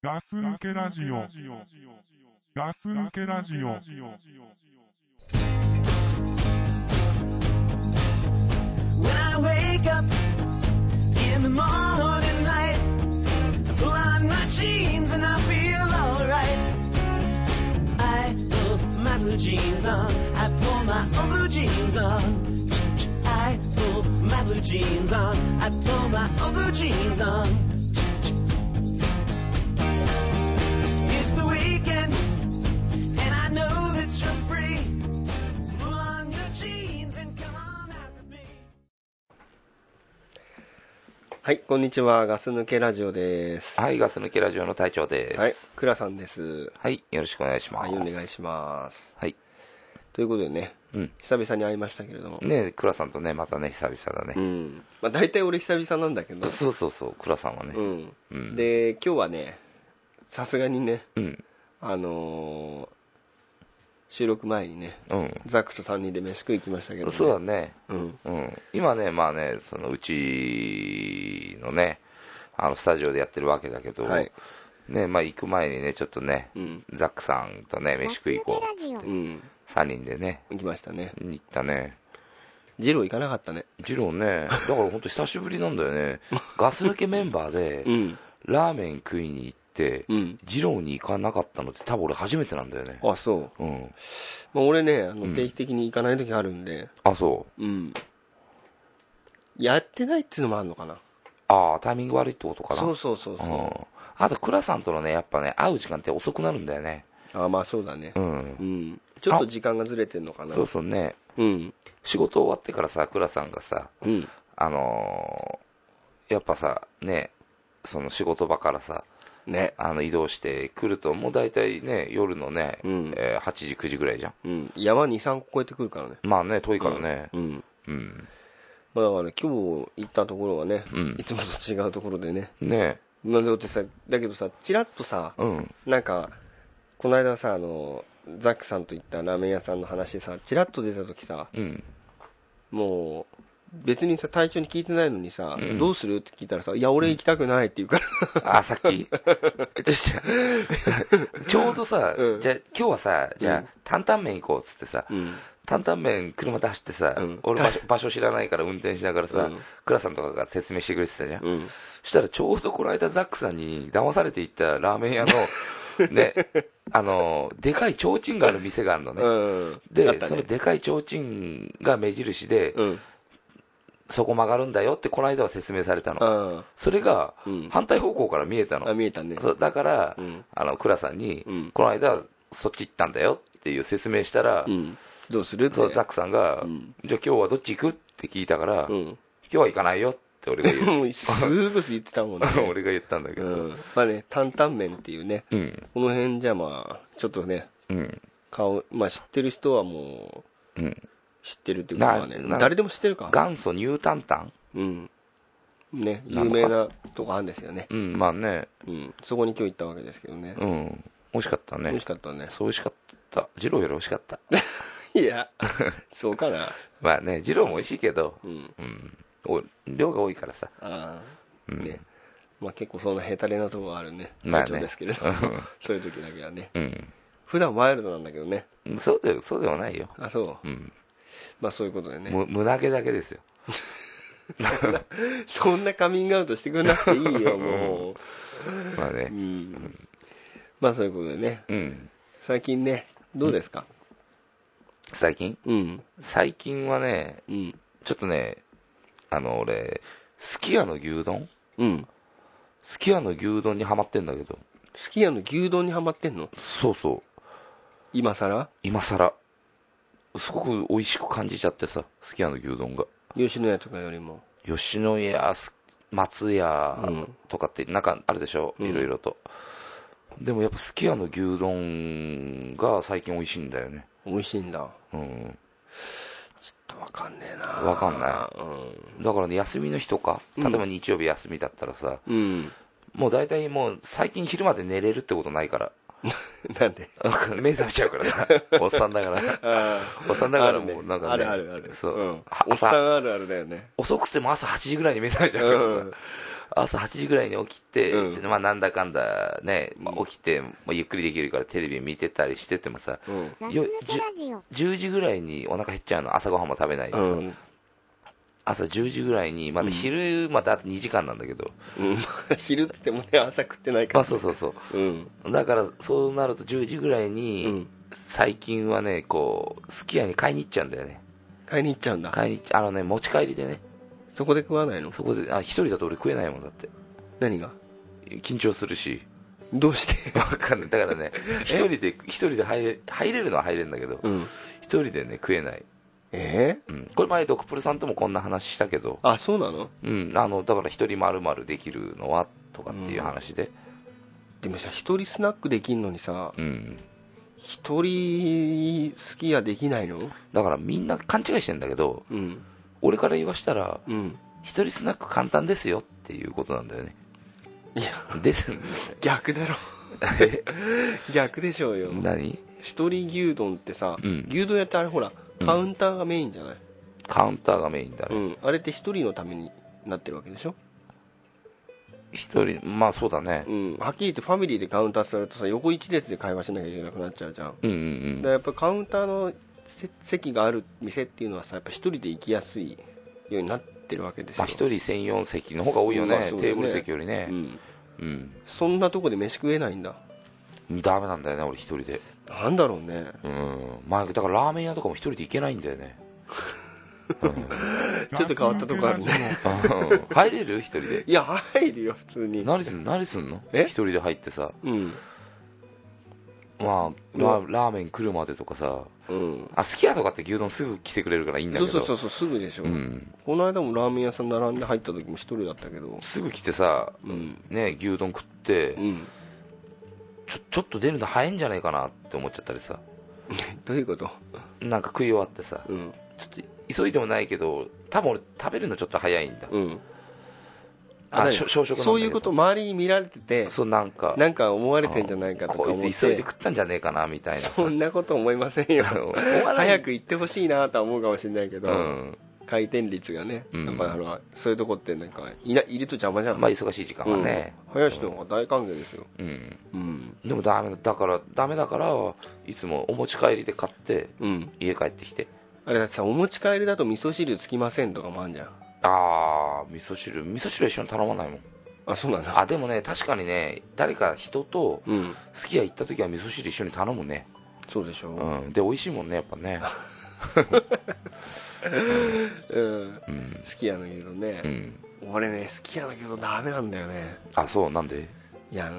ガス抜けラジオ。ガス抜けラジオ。 When I wake up in the morning light, I pull on my jeans and I feel alright. I put my blue jeans on, I pull my own blue jeans on. I pull my blue jeans on, I pull my own blue jeans on. It's the weekend and I know that you're free, so pull on your jeans and come on after me. はい、こんにちは。ガス抜けラジオです。 はい、ガス抜けラジオの隊長です。 はい、倉さんです。 はい、よろしくお願いします。 はい、お願いします。 はい。 ということでね、久々に会いましたけれども。 ね、倉さんとね、またね、久々だね。 まあ大体俺久々なんだけど。 そうそうそう、倉さんはね。 で、今日はね、さすがにね、収録前にね、ザックと3人で飯食い行きましたけどね。 そうだね。今ね、まあね、そのうちのね、スタジオでやってるわけだけど、 はい、 ね、まあ行く前にね、ちょっとね、ザックさんとね、飯食い行こう。3人でね。 行きましたね。 行ったね。 ジロー行かなかったね。 ジローね、だから本当久しぶりなんだよね。ガス抜けメンバーで、ラーメン食いに行って、ジローに行かなかったのって多分俺初めてなんだよね。 あ、そう。まあ、俺ね、定期的に行かない時あるんで。 あ、そう。 やってないっていうのもあるのかな。 ああ、タイミング悪いってことかな。 そうそうそうそう。 あと、倉さんとのね、やっぱね、会う時間って遅くなるんだよね。 あ、まあそうだね。ちょっと時間がずれてんのかな。 そうそうね。仕事終わってからさ、倉さんがさ、やっぱさ、ね、その仕事場からさ、 ね、 移動してくると、もう大体ね、夜のね、8時、9時ぐらいじゃん。 山2、3個越えてくるからね。 まあね、遠いからね。 まあだから今日行ったところはね、いつもと違うところでね。 ねなんでってさ、だけどさ、ちらっとさ、なんか、この間さ、ザックさんと行ったラーメン屋さんの話さ、ちらっと出た時さ、もう、別にさ、隊長に聞いてないのにさ、どうするって聞いたらさ、いや、俺行きたくないって言うから。 あ、さっきちょうどさ、じゃあ今日はさ、じゃあ、担々麺行こうっつってさ、担々麺車出してさ、俺場所知らないから運転しながらさ、倉さんとかが説明してくれてたじゃん。したらちょうどこの間ザックさんに騙されて行ったラーメン屋の、ね、でかい提灯がある店があるのね。で、そのでかい提灯が目印で、そこ曲がるんだよってこの間は説明されたの。それが反対方向から見えたの。 見えたね。 だから、倉さんに、この間そっち行ったんだよっていう説明したら、 どうするって。 そう、ザックさんが、じゃあ今日はどっち行くって聞いたから、今日は行かないよって俺が言う。 すぐ言ってたもんね。 俺が言ったんだけど。 まあね、担々麺っていうね、この辺じゃまあ、ちょっとね、まあ知ってる人はもう、知ってるっていうことはね、誰でも知ってるか。 元祖ニュータンタンね、有名なとこあるんですよね。 まあね。 そこに今日行ったわけですけどね。 美味しかったね。 美味しかったね。 そう美味しかった。ジローより美味しかった。 いや、そうかな。 まあね、ジローも美味しいけど、量が多いからさ。 ね。まあ結構そんなヘタレなとこがあるね。隊長ですけれど、そういう時だけはね。普段ワイルドなんだけどね。 そうではないよ。 あ、そう。まあそういうことでね。 胸毛だけですよ。 そんなカミングアウトしてくれなくていいよ、もう。 まあね。 まあそういうことでね。最近ね、どうですか？ 最近？最近はね、ちょっとね、俺、すき家の牛丼？すき家の牛丼にハマってんだけど。 すき家の牛丼にハマってんの？ そうそう。 今更すごく美味しく感じちゃってさ、すき家の牛丼が。 吉野家とかよりも。 吉野家、松屋とかってなんかあるでしょ、いろいろと。でもやっぱすき家の牛丼が最近美味しいんだよね。 美味しいんだ。ちょっとわかんねえな。 わかんない。だからね、休みの日とか、例えば日曜日休みだったらさ、もう大体もう最近昼まで寝れるってことないから。 なんで？ 目覚めちゃうからさ、おっさんだから。おっさんだからもうなんかね。 ある。 そう。 おっさんあるあるだよね。 遅くても朝8時ぐらいに目覚めちゃうからさ。 朝8時ぐらいに起きて、まあなんだかんだね、起きて、ゆっくりできるからテレビ見てたりしててもさ、10時ぐらいにお腹減っちゃうの、朝ごはんも食べないでさ、朝10時ぐらいに、まだ昼まであと2時間なんだけど、 昼っつってもね、朝食ってないから、 そうそうそう、だからそうなると10時ぐらいに、最近はね、こうすき家に買いに行っちゃうんだよね。 買いに行っちゃうんだ。 持ち帰りでね。 そこで食わないの？ そこで、一人だと俺食えないもんだって。 何が？ 緊張するし。 どうして？ わかんない。だからね、一人で入れるのは入れるんだけど、一人でね、食えない。これ前ドクプルさんともこんな話したけど。 あ、そうなの？ だから一人丸々できるのはとかっていう話で。 でもさ、一人スナックできんのにさ、一人すき家できないの？ だからみんな勘違いしてんだけど、俺から言わしたら、一人スナック簡単ですよっていうことなんだよね。 いやです逆だろ。逆でしょうよ。 何？ 一人牛丼ってさ、牛丼屋ってあれほらカウンターがメインじゃない？ カウンターがメインだね。 あれって一人のためになってるわけでしょ？ 一人、まあそうだね。 はっきり言ってファミリーでカウンターするとさ、横一列で会話しなきゃいけなくなっちゃうじゃん。だからやっぱカウンターの席がある店っていうのはさ、やっぱ一人で行きやすいようになってるわけですよ。 一人専用席の方が多いよね、テーブル席よりね。 そんなとこで飯食えないんだ。 ダメなんだよね、俺一人で。 なんだろうね。 まあだからラーメン屋とかも一人で行けないんだよね。 ちょっと変わったとこあるね。 入れる？一人で。 いや、入るよ普通に。 何すんの？一人で入ってさ、まあラーメン来るまでとかさ、すき家とかって牛丼すぐ来てくれるからいいんだけど。 そうすぐでしょ。この間もラーメン屋さん並んで入った時も一人だったけど、 すぐ来てさ、ね、牛丼食って、ちょっと出るの早いんじゃないかなって思っちゃったりさ。 どういうこと？ なんか食い終わってさ、ちょっと急いでもないけど、多分俺食べるのちょっと早いんだ。小食なんだけど。 そういうこと周りに見られてて、 そうなんか思われてんじゃないかとか思って、 こいつ急いで食ったんじゃねえかなみたいな。 そんなこと思いませんよ。早く行ってほしいなとは思うかもしれないけど、回転率がね、やっぱりそういうとこってなんかいると邪魔じゃん。 まあ忙しい時間はね。 早い人の方が大歓迎ですよ。 でもダメだからいつもお持ち帰りで買って家帰ってきて。 あれだってさ、お持ち帰りだと味噌汁つきませんとかもあるじゃん。 味噌汁一緒に頼まないもん。 あ、そうなんだ。 でもね、確かにね、誰か人とすき家行った時は味噌汁一緒に頼むね。 そうでしょ。 で美味しいもんね、やっぱね。 すき家の牛丼ね。俺ね、すき家の牛丼ダメなんだよね。 そう、なんで？ いや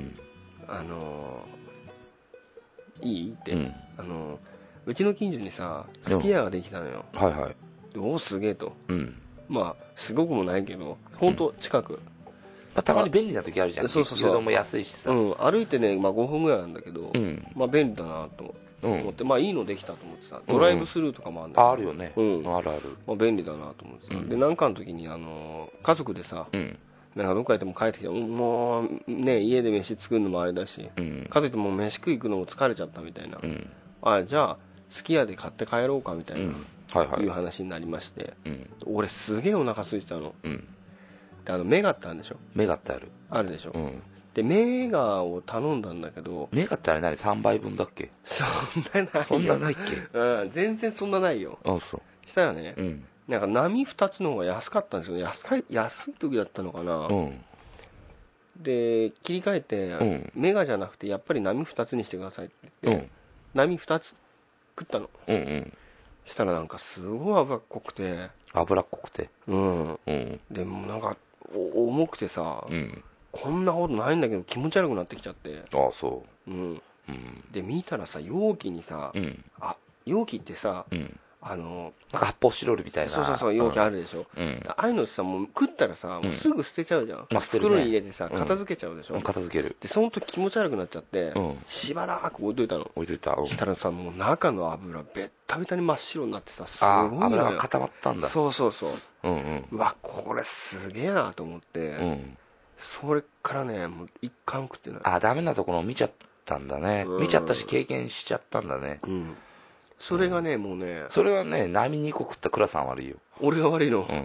いいって、うちの近所にさ、すき家ができたのよ。おお、すげえと。まあすごくもないけど、本当近く。 たまに便利な時あるじゃん。牛丼も安いしさ。 歩いてね、5分ぐらいなんだけど、まあ便利だなと思って、まあいいのできたと思ってさ、ドライブスルーとかもあるんだけど。 あるよね。あるある。 まあ便利だなと思ってさ。で、なんかの時に家族でさ、なんかどっか行っても帰ってきて、もうね、家で飯作るのもあれだし、かといってもう飯食い行くのも疲れちゃったみたいな。じゃあすき家で買って帰ろうかみたいな、いう話になりまして、俺すげえお腹空いてたの。で、メガってあるでしょ。 メガってあるでしょ。で、メガを頼んだんだけど、 メガってあれ何、3倍分だっけ？ そんなないっけ？ 全然そんなないよ。 そうしたらね、なんか波2つの方が安かったんですよ。安い時だったのかな。で、切り替えて、メガじゃなくてやっぱり波2つにしてくださいって言って、波2つ食ったの。したらなんかすごい脂っこくて。でもなんか重くてさ、こんなことないんだけど気持ち悪くなってきちゃって。で見たらさ、容器にさ、容器ってさ、 なんか発泡スチロールみたいな、 そう容器あるでしょ。ああいうのさ、もう食ったらさ、もうすぐ捨てちゃうじゃん。袋に入れてさ、片付けちゃうでしょ。 片付ける。 でその時気持ち悪くなっちゃって、しばらく置いといたの。したらさ、もう中の油ベッタベタに真っ白になってさ、すごい油が固まったんだ。 そううわ、これすげえなと思って、それからね、もう一貫食ってない。 ダメなところを見ちゃったんだね。見ちゃったし経験しちゃったんだね。 それがね、もうね、 それはね、波2個食った倉さん悪いよ。 俺が悪いの。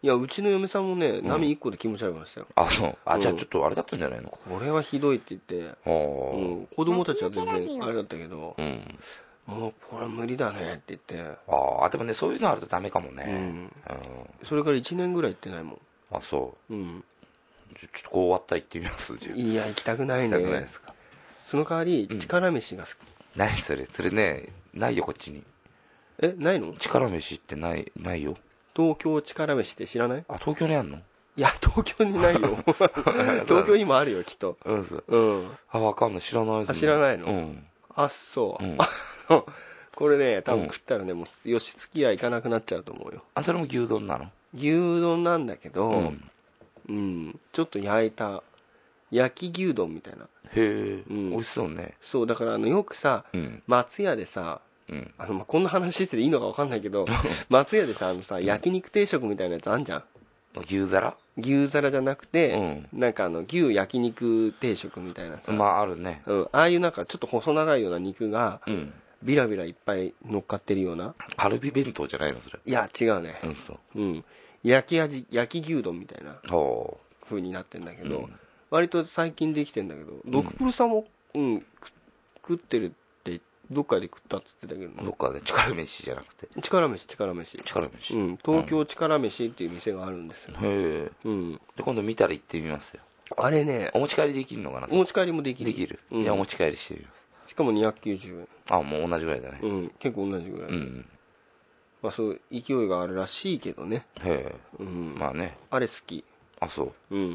いやうちの嫁さんもね波1個で気持ち悪くなってたよ。 あ、そう。あ、じゃあちょっとあれだったんじゃないの。 これはひどいって言って、子供たちは全然あれだったけど、もうこれ無理だねって言って。 あ、でもね、そういうのあるとダメかもね。 それから1年ぐらい行ってないもん。 あ、そう。ちょっとこう終わった行ってみます。 いや行きたくないね。行きたくないですか。その代わり力飯が好き。 何それね、ないよこっちに。 ないの？ 力飯ってないよ。 東京力飯って知らない？ あ、東京にあんの？ いや東京にないよ。東京にもあるよきっと。あ、 わかんない、知らない。 あ、知らないの？あ、そう。これね多分食ったらねもうよし付き合いいかなくなっちゃうと思うよ。 あ、それも牛丼なの？ 牛丼なんだけど、ちょっと焼いた焼き牛丼みたいな。 へえ、美味しそうね。 そうだからよくさ、松屋でさ、こんな話してていいのか分かんないけど松屋でさ焼肉定食みたいなやつあんじゃん。 牛皿じゃなくて、なんか牛焼肉定食みたいなさ、 まああるね。 ああいうなんかちょっと細長いような肉が、ビラビラいっぱい乗っかってるような。 カルビ弁当じゃないのそれ？ いや違うね。焼き牛丼みたいな風になってんだけど、割と最近できてんだけど、ドクプルさんも、食ってるってどっかで食ったって言ってたけどね。 どっかで力飯じゃなくて。 力飯。東京力飯っていう店があるんですよ。 へえ。で今度見たら行ってみますよ。 あれね。 お持ち帰りできるのかな？ お持ち帰りもできる。 じゃあお持ち帰りしてみます。 しかも290円。 あ、もう同じぐらいだね。 結構同じぐらい。まあそう勢いがあるらしいけどね。 へえ。まあね。 あれ好き。 あ、そう。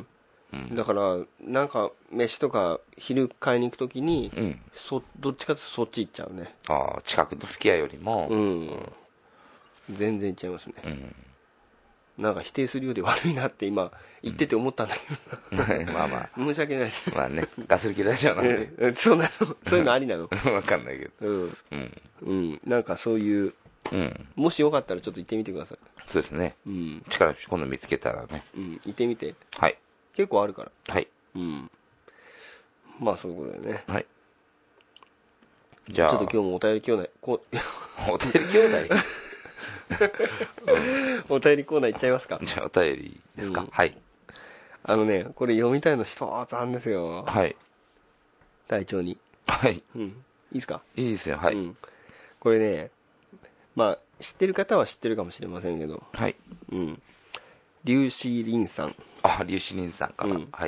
だからなんか飯とか昼買いに行くときに、どっちかってそっち行っちゃうね。 ああ、近くのすき家よりも。 全然行っちゃいますね。なんか否定するようで悪いなって今言ってて思ったんだけど、 まあまあ申し訳ないです。 まあね、ガス抜きラジオなんでそういうのありなの？ 分かんないけど、 なんかそういう、もしよかったらちょっと行ってみてください。 そうですね。力今度見つけたらね、 行ってみて。 はい、 結構あるから。 はい。 まあそういうことだよね。 はい。じゃあちょっと今日もお便り兄弟お便り兄弟お便りコーナー行っちゃいますか。 じゃあお便りですか。はい。 これ読みたいの一つあるんですよ。 はい。 隊長に。 はい。 いいですか。 いいですよ。はい。 これね、まあ知ってる方は知ってるかもしれませんけど。 はい。 リュウシーリンさん。 あ、リュウシーリンさんから。はい。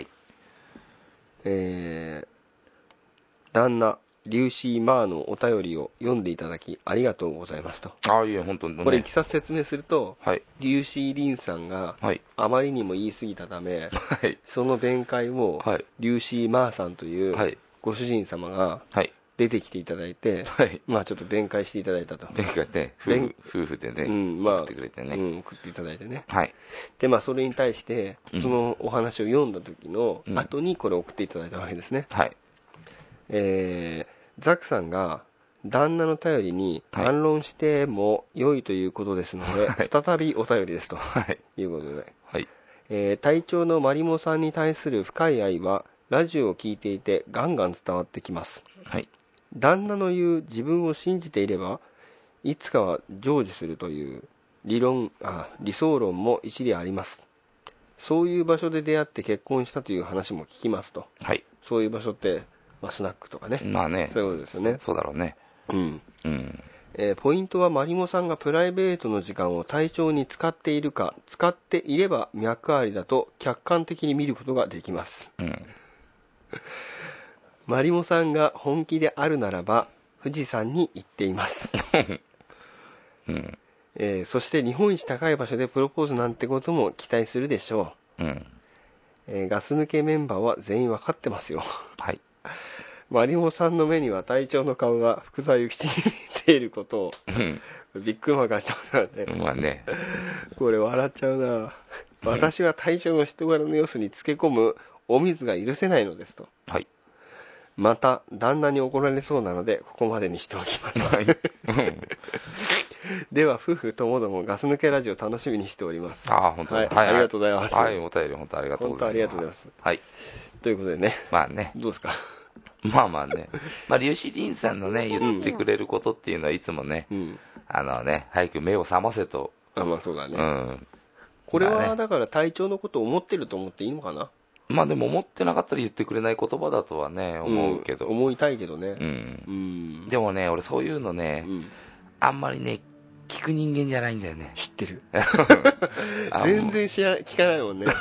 旦那リュウシーマーのお便りを読んでいただきありがとうございますと。 ああ、いえ本当にね。 これいきさつ説明すると、リュウシーリンさんがあまりにも言い過ぎたため、その弁解をリュウシーマーさんというご主人様が出てきていただいて、まあちょっと弁解していただいたと。 弁解ね、夫婦でね、送ってくれてね、 送っていただいてね。でまあそれに対してそのお話を読んだ時の後にこれを送っていただいたわけですね。ザクさんが旦那の頼りに反論しても良いということですので、再びお便りですということで、隊長のマリモさんに対する深い愛はラジオを聞いていてガンガン伝わってきます。旦那の言う自分を信じていればいつかは成就するという理想論も一理あります。そういう場所で出会って結婚したという話も聞きますと。そういう場所ってスナックとかね。まあね。そういうことですよね。 そうだろうね。 ポイントはマリモさんがプライベートの時間を体調に使っているか、使っていれば脈ありだと客観的に見ることができます。マリモさんが本気であるならば富士山に行っています。そして日本一高い場所でプロポーズなんてことも期待するでしょう。ガス抜けメンバーは全員分かってますよ。マリモさんの目には隊長の顔が福沢諭吉に見えていることを、ビッグマンが言ったからね。これ笑っちゃうな。私は隊長の人柄の様子につけ込むお水が許せないのですと。また旦那に怒られそうなのでここまでにしておきます。では夫婦ともどもガス抜けラジオ楽しみにしております。 本当に、 ありがとうございます。 お便り本当ありがとうございます。 本当ありがとうございます。ということでね。どうですか。 まあね、リュウシリンさんのね言ってくれることっていうのはいつもね、早く目を覚ませと。 そうだね。 これはだから隊長のことを思ってると思っていいのかな。 まあでも思ってなかったら言ってくれない言葉だとはね思うけど、 思いたいけどね。 でもね俺そういうのね、あんまりね聞く人間じゃないんだよね。 知ってる全然聞かないもんね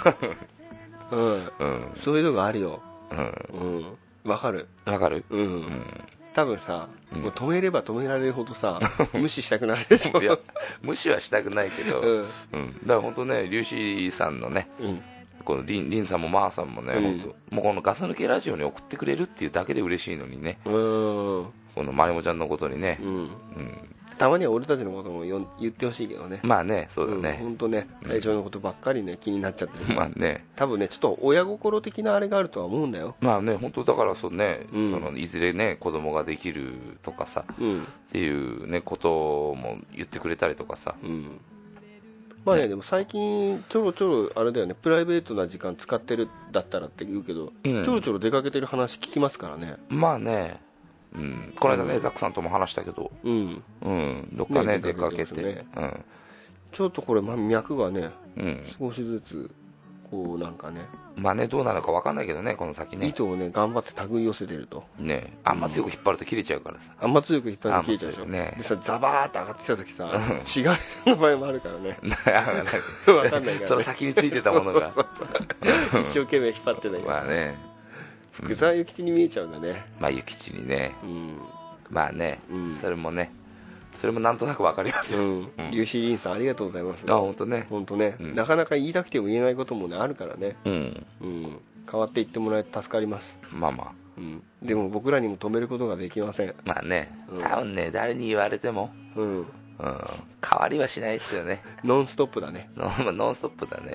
そういうのがあるよ。わかる多分さ、もう止めれば止められるほどさ無視したくなるでしょ。いや無視はしたくないけど、だから本当ねリュウシーさんのね、このリンさんもマーさんもね、もうこのガス抜けラジオに送ってくれるっていうだけで嬉しいのにね、このまゆもちゃんのことにね、 たまには俺たちのことも言ってほしいけどね。 まあね、そうだね。 本当ね、隊長のことばっかりね気になっちゃってる。 まあね、 多分ねちょっと親心的なあれがあるとは思うんだよ。 まあね、本当だからそうね、そのいずれね子供ができるとかさ、っていうねことも言ってくれたりとかさ。まあね、でも最近ちょろちょろあれだよね、プライベートな時間使ってるだったらって言うけど、ちょろちょろ出かけてる話聞きますからね。まあね。この間ね、ザックさんとも話したけど、どっかね出かけて、ちょっとこれ脈がね、少しずつこうなんかね、まあねどうなるか分かんないけどね、この先ね、糸をね頑張って手繰り寄せてるとね、あんま強く引っ張ると切れちゃうからさ、あんま強く引っ張ると切れちゃうでしょ。でさザバーって上がってきた時さ、違う場合もあるからね分かんないからね、その先についてたものが一生懸命引っ張ってないから、まあね福沢諭吉に見えちゃうんだね。まあ諭吉にね、まあね、それもね、それもなんとなくわかりますよ。ユーシーリンさんありがとうございます。あ、本当ね、本当ね、なかなか言いたくても言えないこともねあるからね。変わっていってもらえて助かります。まあまあ、でも僕らにも止めることができません。まあね、多分ね誰に言われても変わりはしないですよね。ノンストップだね。ノンストップだね。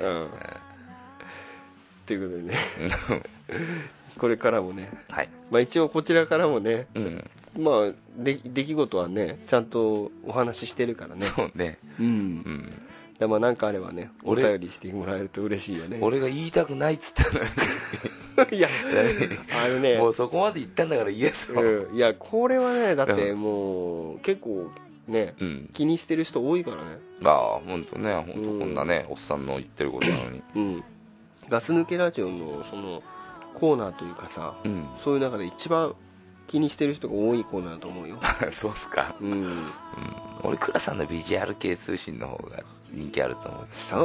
ということでねこれからもね、まあ一応こちらからもね、まあ出来事はねちゃんとお話ししてるからね。そうね。まあなんかあればねお便りしてもらえると嬉しいよね。俺が言いたくないっつったのにいやあのねもうそこまで言ったんだから言えと。いやこれはねだってもう結構ね気にしてる人多いからね。ああ本当ね、本当こんなねおっさんの言ってることなのに。ガス抜けラジオのそのコーナーというかさ、そういう中で一番気にしてる人が多いコーナーだと思うよ。そうっすか。俺倉さんのビジュアル系通信の方が人気あると思う。そう、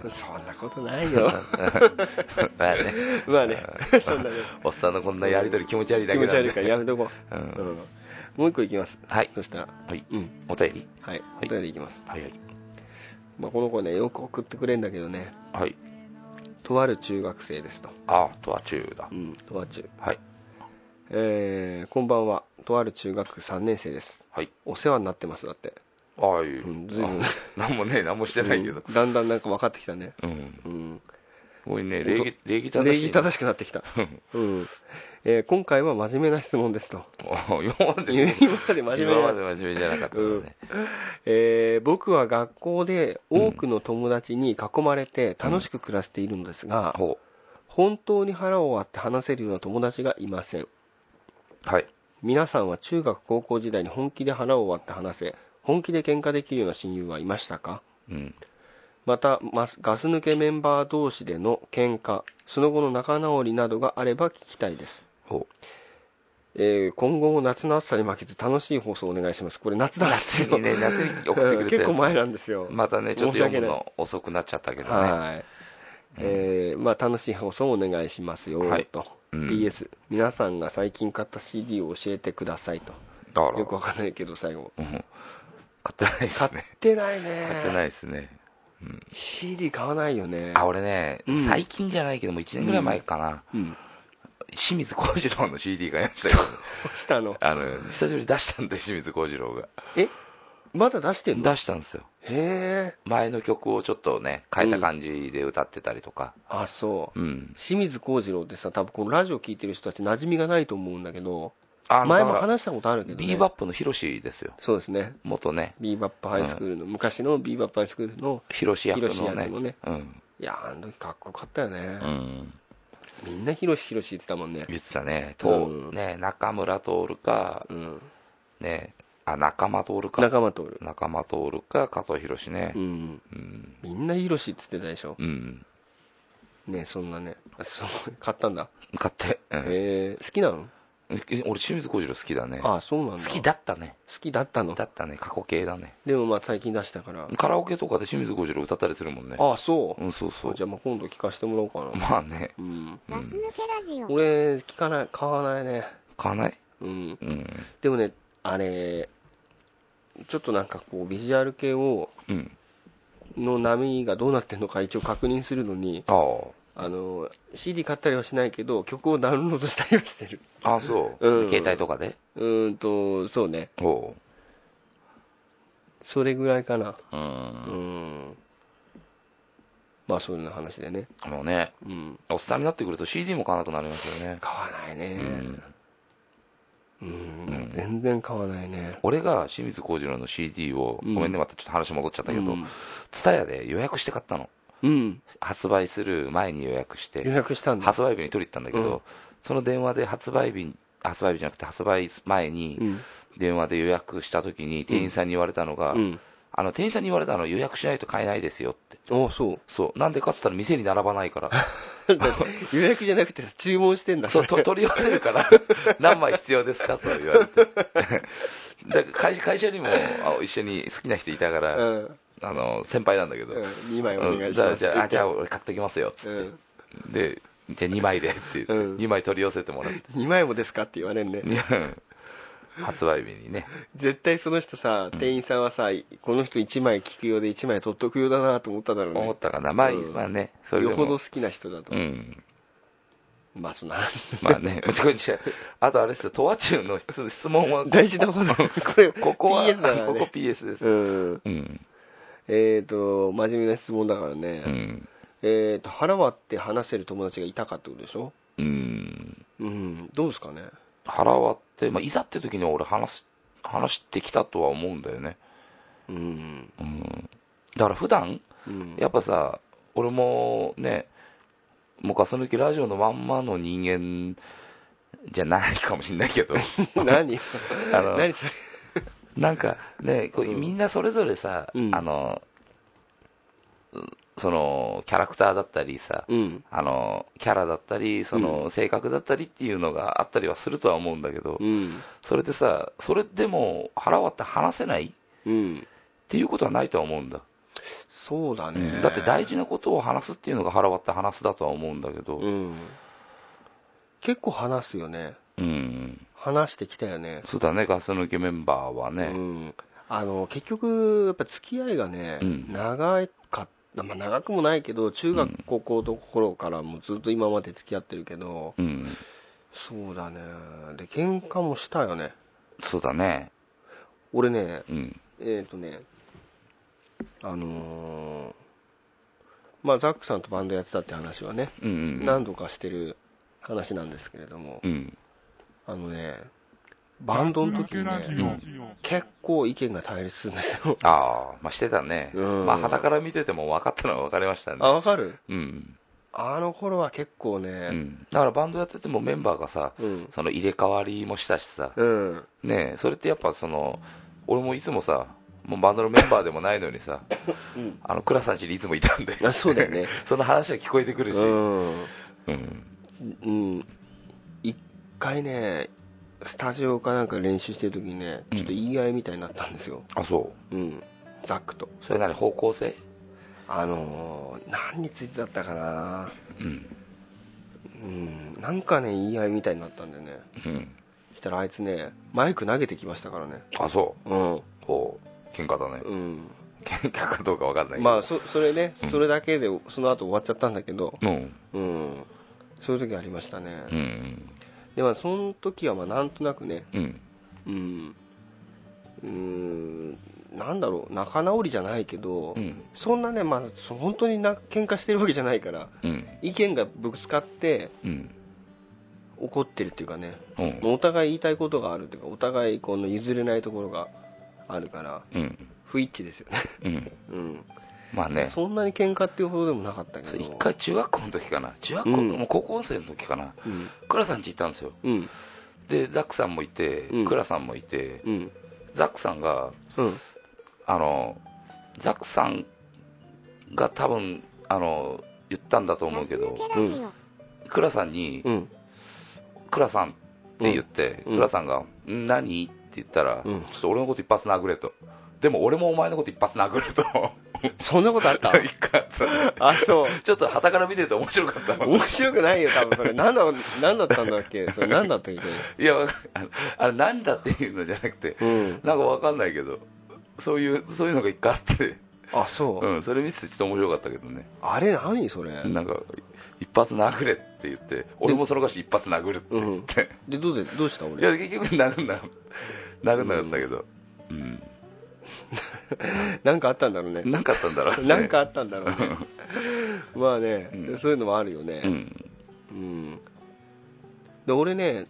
そんなことないよまあねまあねそんなねおっさんのこんなやり取り気持ち悪いだけなんで気持ち悪いからやめとこう。もう一個いきます。はい、そしたらお便り、はいお便りいきます。はいはい。まあこの子ねよく送ってくれるんだけどね、はい、とある中学生ですと。ああ、とあ中だ。とあ中。はい。こんばんは。とある中学3年生です。はい。お世話になってますだって。ああ、ずいぶん。なんもね、なんもしてないけど。だんだんなんか分かってきたね。すごいね、礼儀正しくなってきた。今回は真面目な質問ですと。今まで真面目じゃなかったね。僕は学校で多くの友達に囲まれて楽しく暮らしているのですが、本当に腹を割って話せるような友達がいません。はい。皆さんは中学高校時代に本気で腹を割って話せ、本気で喧嘩できるような親友はいましたか？またガス抜けメンバー同士での喧嘩、その後の仲直りなどがあれば聞きたいです。今後も夏の暑さに負けず楽しい放送をお願いします。これ夏だ夏にね、夏に送ってくれて結構前なんですよ。またねちょっと読むの遅くなっちゃったけどね。はい。まあ楽しい放送をお願いしますよと。PS 皆さんが最近買った CD を教えてくださいと。よくわかんないけど最後。買ってないですね。買ってないね。買ってないですね。CD 買わないよね。あ、俺ね最近じゃないけども1年ぐらい前かな。清水幸次郎の CD 買いましたけどしたの久しぶりに出したんで清水幸次郎が。まだ出してんの？出したんですよ。へえ。前の曲をちょっとね変えた感じで歌ってたりとか。あ、そう。清水幸次郎ってさ多分このラジオ聴いてる人たち馴染みがないと思うんだけど、前も話したことあるけどね。ビーバップのヒロシですよ。そうですね。元ねビーバップハイスクールの昔のビーバップハイスクールのヒロシ役のね。いやあの時かっこよかったよね。みんなヒロシ言ってたもんね。言ってたね。ね、中村徹か、ね、 中間徹か。 中間徹か加藤博ね。 みんな博っつってたでしょ。ね、そんなね。買ったんだ。 買って。 好きなの？ 俺清水幸次郎好きだね。 ああ、そうなんだ。 好きだったね。 好きだったの？ だったね。過去形だね。 でもまあ最近出したからカラオケとかで清水幸次郎歌ったりするもんね。 ああ、そう。 そうそう。 じゃあまあ今度聞かせてもらおうかな。 まあね。 ガス抜けラジオ。 俺聞かない、買わないね。 買わない？ でもね、あれちょっとなんかこうビジュアル系をの波がどうなってるのか一応確認するのに、CD 買ったりはしないけど曲をダウンロードしたりはしてる。 ああ、そう、携帯とかで。 そうね。それぐらいかな。まあそういう話でね。 おっさんになってくると CD も買わなくなりますよね。 買わないね。全然買わないね。 俺が清水幸次郎の CD を、ごめんね、またちょっと話戻っちゃったけど、TSUTAYAで予約して買ったの。発売する前に予約して、 予約したんだ。 発売日に取り行ったんだけど、その電話で発売日じゃなくて発売前に電話で予約した時に店員さんに言われたのが、店員さんに言われたの、予約しないと買えないですよって。そうなんでかっつったら店に並ばないから予約じゃなくて注文してんだ。 そう取り寄せるから何枚必要ですかと言われてだから会社にも一緒に好きな人いたから、先輩なんだけど、 2枚お願いします。 じゃあ俺買ってきますよっつって、でじゃあ2枚でって言って、2枚取り寄せてもらって 2枚もですかって言われるね。 発売日にね。 絶対その人さ、店員さんはさ、この人1枚聞くようで1枚取っとくようだなと思っただろうね。 思ったかな。まあね、 それでもよほど好きな人だと。まあそんな話。 まあね、あとあれですよ、トワチュウの質問は大事なこと。ここは PS だからね。 ここ PS です。 真面目な質問だからね。腹割って話せる友達がいたかってことでしょ。どうですかね。 腹割って、いざって時に俺話してきたとは思うんだよね。だから普段、やっぱさ、俺もね、もうガス抜きラジオのまんまの人間じゃないかもしれないけど何それなんかね、みんなそれぞれさ、そのキャラクターだったりさ、キャラだったりその性格だったりっていうのがあったりはするとは思うんだけど、それでさ、それでも腹割って話せない、っていうことはないとは思うんだ。 そうだね。 だって大事なことを話すっていうのが腹割って話すだとは思うんだけど、 結構話すよね。話してきたよね。 そうだね、ガス抜きメンバーはね。 結局やっぱ付き合いがね、長くもないけど、中学高校の頃からもずっと今まで付き合ってるけど、そうだね。で喧嘩もしたよね。 そうだね。 俺ね、ザックさんとバンドやってたって話はね、何度かしてる話なんですけれども、バンドの時にね、結構意見が対立するんですよ。 してたね。傍から見てても分かったのは分かりましたね。 分かる？あの頃は結構ね、 だからバンドやっててもメンバーがさ、その入れ替わりもしたしさ、ね、それってやっぱその俺もいつもさ、もうバンドのメンバーでもないのにさ、倉さん家にいつもいたんで、 そうだよね。 その話は聞こえてくるし、 一回ね、スタジオかなんか練習してる時にね、ちょっと言い合いみたいになったんですよ。 そう。 ザックと。 それ何、方向性？ 何についてだったかな。なんかね、言い合いみたいになったんでね。したらあいつね、マイク投げてきましたからね。 そう。喧嘩だね。喧嘩かどうか分かんないけど。 それね、それだけでその後終わっちゃったんだけど、そういう時ありましたね。でその時はなんとなくね、なんだろう、仲直りじゃないけど、そんなね、本当に喧嘩してるわけじゃないから、意見がぶつかって、怒ってるっていうかね、お互い言いたいことがあるっていうか、お互いこの譲れないところがあるから、不一致ですよね。そんなに喧嘩っていうほどでもなかったけど、 一回中学校の時かな、もう高校生の時かな、倉さん家行ったんですよ。でザックさんもいて、倉さんもいて、 ザックさんが、ザックさんが多分言ったんだと思うけど、倉さんに、倉さんって言って、倉さんが何って言ったら、ちょっと俺のこと一発殴れと、でも俺もお前のこと一発殴るとそんなことあった一回あったそうちょっと傍から見てると面白かった面白くないよ多分それ何だったんだっけそれ何だったっけいやあれ何だっていうのじゃなくて、なんか分かんないけどそういうのが一回あってあそう、 それ見ててちょっと面白かったけどね。 あれ何それなんか一発殴れって言って俺もそのかし一発殴るって言って、 でどうした俺。 いや結局殴んなかったけど、 なんかあったんだろうね。 なんかあったんだろうね。 なんかあったんだろうね。まあね、そういうのもあるよね。で俺ね、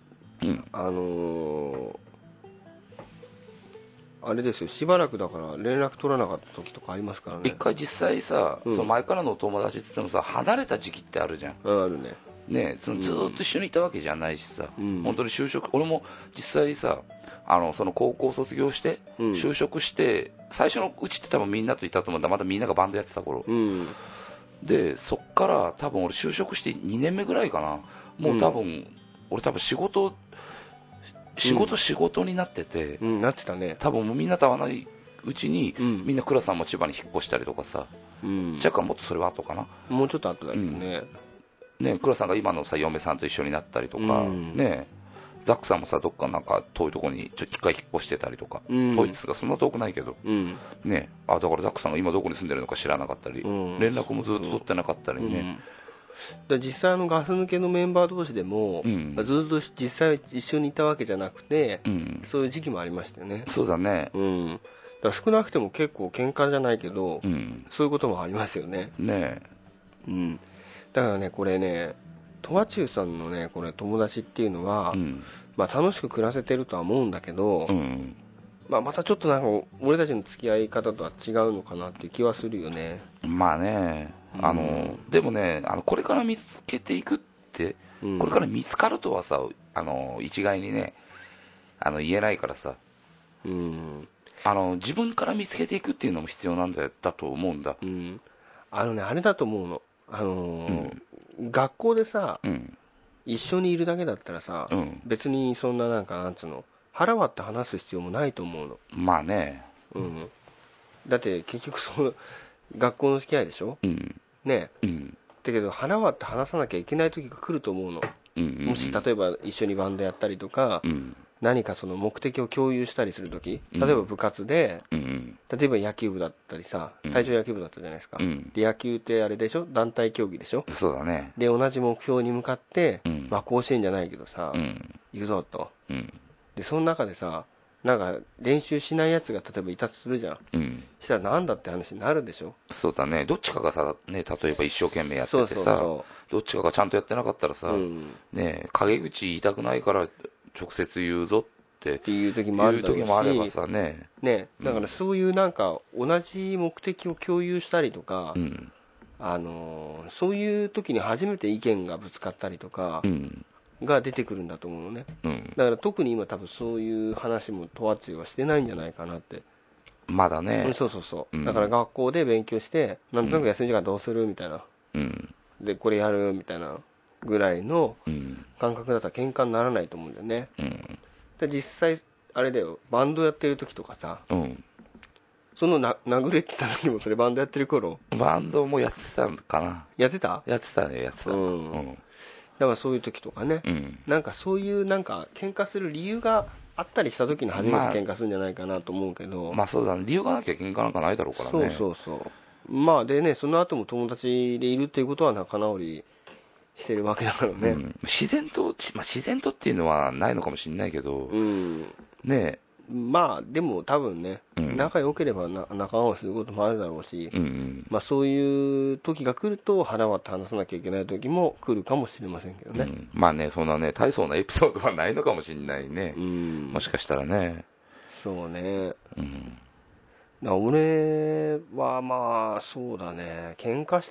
あれですよ、しばらくだから連絡取らなかった時とかありますからね。 一回実際さ、その前からのお友達って言ってもさ離れた時期ってあるじゃん。 あるね。 ね、そのずっと一緒にいたわけじゃないしさ、本当に就職、俺も実際さその高校卒業して就職して、最初のうちって多分みんなといたと思うんだ、まだみんながバンドやってた頃、でそっから多分俺就職して2年目ぐらいかな、もう多分、俺多分仕事になってて、 なってたね。 多分もうみんなと会わないうちに、みんな倉さんも千葉に引っ越したりとかさ、じゃあもっとそれは後かな、 もうちょっと後だけどね。 倉さんが今のさ嫁さんと一緒になったりとか、ザックさんもさどっかなんか遠いところに一回引っ越してたりとか、遠いですがそんな遠くないけど、だからザックさんが今どこに住んでるのか知らなかったり、連絡もずっと取ってなかったりね。 実際ガス抜けのメンバー同士でも、ずっと実際一緒にいたわけじゃなくて、そういう時期もありましたよね。 そうだね。 だから少なくても結構喧嘩じゃないけど、そういうこともありますよね。だからねこれね、とわちゅうさんのねこれ友達っていうのは、楽しく暮らせてるとは思うんだけど、またちょっとなんか俺たちの付き合い方とは違うのかなっていう気はするよね。 まあね、でもねこれから見つけていくって、これから見つかるとはさ一概にね言えないからさ、自分から見つけていくっていうのも必要なんだと思うんだ。 あれだと思うの。学校でさ、一緒にいるだけだったらさ、別にそんななんつうの腹割って話す必要もないと思うの。 まあね、 だって結局その学校の付き合いでしょ、ね、だけど腹割って話さなきゃいけない時が来ると思うの。もし例えば一緒にバンドやったりとか、何かその目的を共有したりするとき、例えば部活で、例えば野球部だったりさ、体操野球部だったじゃないですか、で野球ってあれでしょ、団体競技でしょ。 そうだね。 で同じ目標に向かって、甲子園じゃないけどさ、行くぞと、でその中でさ、なんか練習しないやつが例えばいたとするじゃん、したらなんだって話になるでしょ。 そうだね。どっちかがさ、ね、例えば一生懸命やっててさ、どっちかがちゃんとやってなかったらさ、ね、陰口言いたくないから直接言うぞっていう時もあるだろうし、あればさね、 だからそういうなんか同じ目的を共有したりとか、そういう時に初めて意見がぶつかったりとかが出てくるんだと思うのね。だから特に今多分そういう話もとわちゅうはしてないんじゃないかなって。 まだね。 そうだから学校で勉強してなんとなく休み時間どうするみたいな、でこれやるみたいなぐらいの感覚だったら喧嘩にならないと思うんだよね。で実際あれだよ、バンドやってる時とかさ、その殴れってた時もそれバンドやってる頃、 バンドもやってたのかな。 やってたね。 だからそういう時とかね、なんかそういうなんか喧嘩する理由があったりした時に初めて喧嘩するんじゃないかなと思うけど、 そうだね、理由がなきゃ喧嘩なんかないだろうからね。 そうでね、その後も友達でいるっていうことは仲直りしてるわけだからね、 自然とっていうのはないのかもしれないけど、ねえ、でも多分ね、仲良ければ仲直りすることもあるだろうし、そういう時が来ると腹割って話さなきゃいけない時も来るかもしれませんけどね。 そんなね大層なエピソードはないのかもしれないね、もしかしたらね。 そうね、俺はそうだね、喧嘩したっ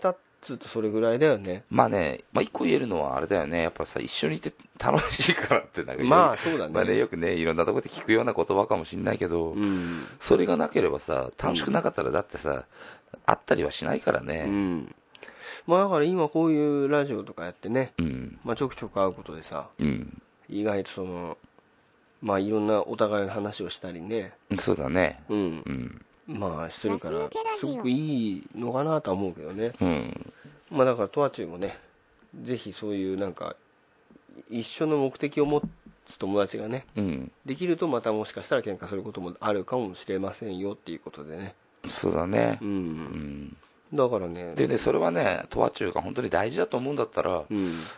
つうとそれぐらいだよね。 まあね、一個言えるのはあれだよね、やっぱさ、一緒にいて楽しいからってなんか、 まあそうだね。 まあね、よくね、いろんなところで聞くような言葉かもしれないけど、それがなければさ、楽しくなかったらだってさ、会ったりはしないからね。 まあだから今こういうラジオとかやってね、まあちょくちょく会うことでさ、意外とその、まあいろんなお互いの話をしたりね。 そうだね。 まあするから、すごくいいのかなとは思うけどね。まあだからとわちゅうもね、ぜひそういうなんか、一緒の目的を持つ友達がね、できるとまたもしかしたら喧嘩することもあるかもしれませんよっていうことでね。 そうだね。 だからね。 でね、それはね、とわちゅうが本当に大事だと思うんだったら、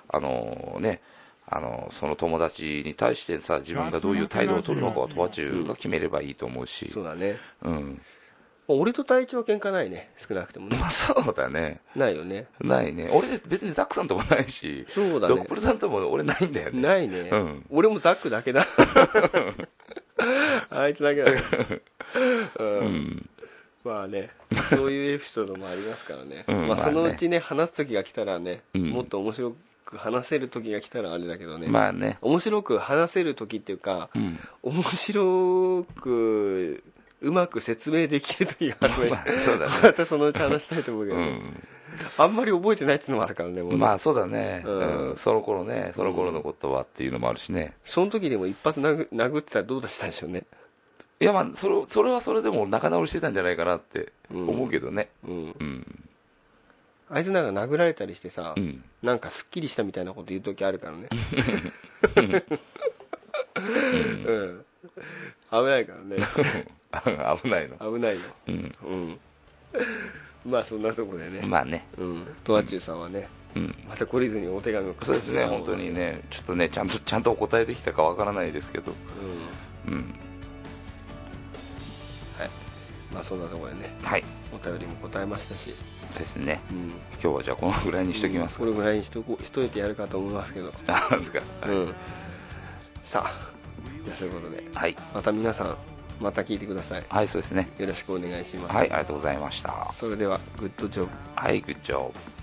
その友達に対してさ、自分がどういう態度を取るのかはとわちゅうが決めればいいと思うし。 そうだね。俺と隊長は喧嘩ないね、少なくてもね。 まあそうだね。 ないよね。 ないね。俺別にザックさんともないし、 そうだね。 ドクプルさんとも俺ないんだよね。 ないね。俺もザックだけだ。あいつだけだね。まあね、そういうエピソードもありますからね。まあそのうちね、話す時が来たらね、もっと面白く話せる時が来たらあれだけどね。 まあね。 面白く話せる時っていうか、面白くうまく説明できる時があるね。 そうだね。 またそのうち話したいと思うけど、あんまり覚えてないっていうのもあるからね。 まあそうだね。その頃ね、その頃のことはっていうのもあるしね。 その時でも一発殴ってたらどうだしたんでしょうね。 いやまあそれはそれでも仲直りしてたんじゃないかなって思うけどね。 あいつなんか殴られたりしてさ、なんかすっきりしたみたいなこと言う時あるからね。危ないからね。 危ないの。 危ないよ。まあそんなとこでね。 まあね。 とわちゅうさんはね、また懲りずにお手紙をそうですね、本当にね、ちょっとね、ちゃんとお答えできたかわからないですけど。 はい。まあそんなところでね、お便りも答えましたし。 そうですね。今日はじゃあこのぐらいにしときますか。 これぐらいにしといてやるかと思いますけど。 なんですか。 さあ、じゃあそういうことで、また皆さんまた聞いてください。 はい、そうですね。 よろしくお願いします。 はい、ありがとうございました。 それではグッドジョブ。 はい、グッドジョブ。